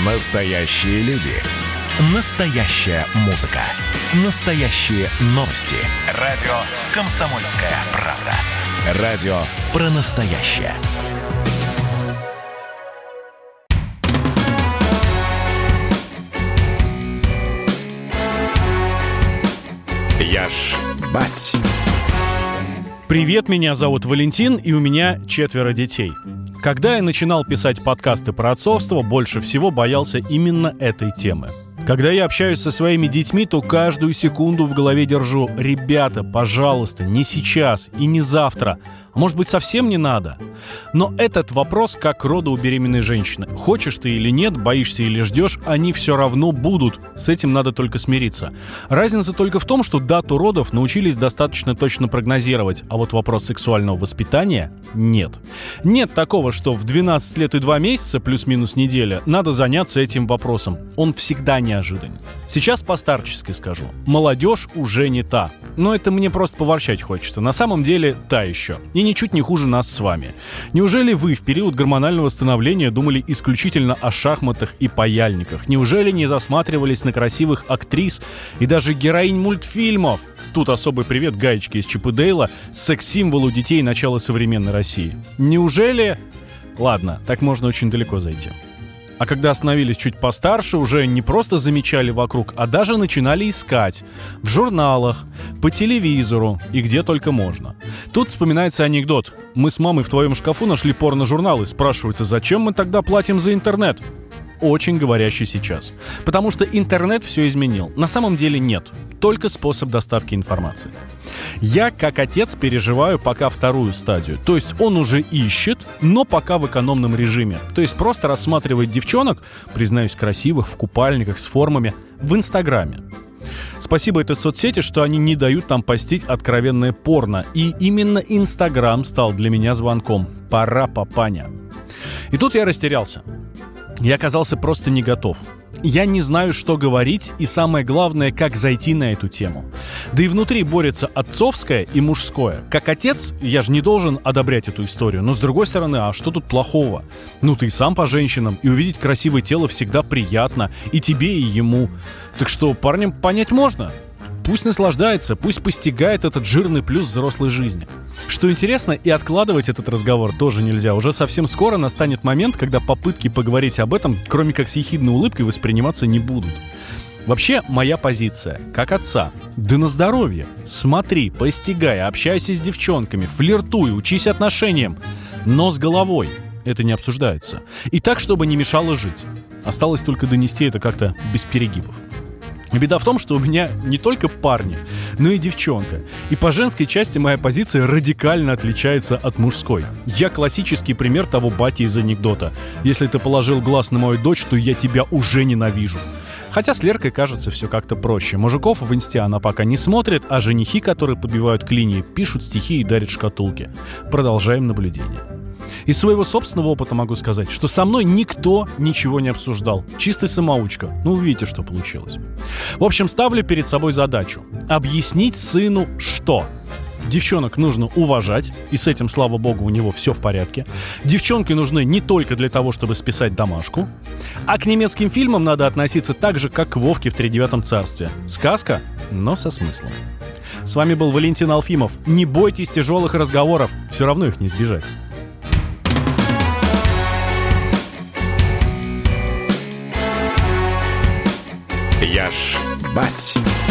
Настоящие люди. Настоящая музыка. Настоящие новости. Радио «Комсомольская правда». Радио про настоящее. Я ж бать. Привет, меня зовут Валентин, и у меня 4 детей. Когда я начинал писать подкасты про отцовство, больше всего боялся именно этой темы. Когда я общаюсь со своими детьми, то каждую секунду в голове держу: ребята, пожалуйста, не сейчас и не завтра, а может быть, совсем не надо. Но этот вопрос как рода у беременной женщины. Хочешь ты или нет, боишься или ждешь, они все равно будут. С этим надо только смириться. Разница только в том, что дату родов научились достаточно точно прогнозировать, а вот вопрос сексуального воспитания нет. Нет такого, что в 12 лет и 2 месяца, плюс-минус неделя, надо заняться этим вопросом. Он всегда неожиданен. Сейчас по-старчески скажу. Молодежь уже не та. Но это мне просто поворчать хочется. На самом деле та еще. И ничуть не хуже нас с вами. Неужели вы в период гормонального становления думали исключительно о шахматах и паяльниках? Неужели не засматривались на красивых актрис и даже героинь мультфильмов? Тут особый привет Гаечке из Чип и Дейла, секс-символу детей начала современной России. Неужели... Ладно, так можно очень далеко зайти. А когда становились чуть постарше, уже не просто замечали вокруг, а даже начинали искать. В журналах, по телевизору и где только можно. Тут вспоминается анекдот. Мы с мамой в твоем шкафу нашли порно-журналы. Спрашивается, зачем мы тогда платим за интернет? Очень говорящий сейчас. Потому что интернет все изменил. На самом деле нет. Только способ доставки информации. Я, как отец, переживаю пока вторую стадию. То есть он уже ищет, но пока в экономном режиме. То есть просто рассматривает девчонок, признаюсь, красивых, в купальниках, с формами, в Инстаграме. Спасибо этой соцсети, что они не дают там постить откровенное порно. И именно Инстаграм стал для меня звонком. Пора, папаня. И тут я растерялся. Я оказался просто не готов. Я не знаю, что говорить, и самое главное, как зайти на эту тему. Да и внутри борется отцовское и мужское. Как отец, я же не должен одобрять эту историю. Но с другой стороны, а что тут плохого? Ну, ты сам по женщинам, и увидеть красивое тело всегда приятно. И тебе, и ему. Так что парням понять можно. Пусть наслаждается, пусть постигает этот жирный плюс взрослой жизни. Что интересно, и откладывать этот разговор тоже нельзя. Уже совсем скоро настанет момент, когда попытки поговорить об этом, кроме как с ехидной улыбкой, восприниматься не будут. Вообще, моя позиция, как отца: да на здоровье. Смотри, постигай, общайся с девчонками, флиртуй, учись отношениям. Но с головой. Это не обсуждается. И так, чтобы не мешало жить. Осталось только донести это как-то без перегибов. Беда в том, что у меня не только парни, но и девчонка. И по женской части моя позиция радикально отличается от мужской. Я классический пример того бати из анекдота. Если ты положил глаз на мою дочь, то я тебя уже ненавижу. Хотя с Леркой, кажется, все как-то проще. Мужиков в инсте она пока не смотрит, а женихи, которые подбивают клинья, пишут стихи и дарят шкатулки. Продолжаем наблюдение. Из своего собственного опыта могу сказать, что со мной никто ничего не обсуждал. Чистая самоучка. Ну, видите, что получилось. В общем, ставлю перед собой задачу — объяснить сыну, что девчонок нужно уважать, и с этим, слава богу, у него все в порядке. Девчонки нужны не только для того, чтобы списать домашку, а к немецким фильмам надо относиться так же, как к Вовке в Тридевятом царстве. Сказка, но со смыслом. С вами был Валентин Алфимов. Не бойтесь тяжелых разговоров, все равно их не избежать. Я ж бать.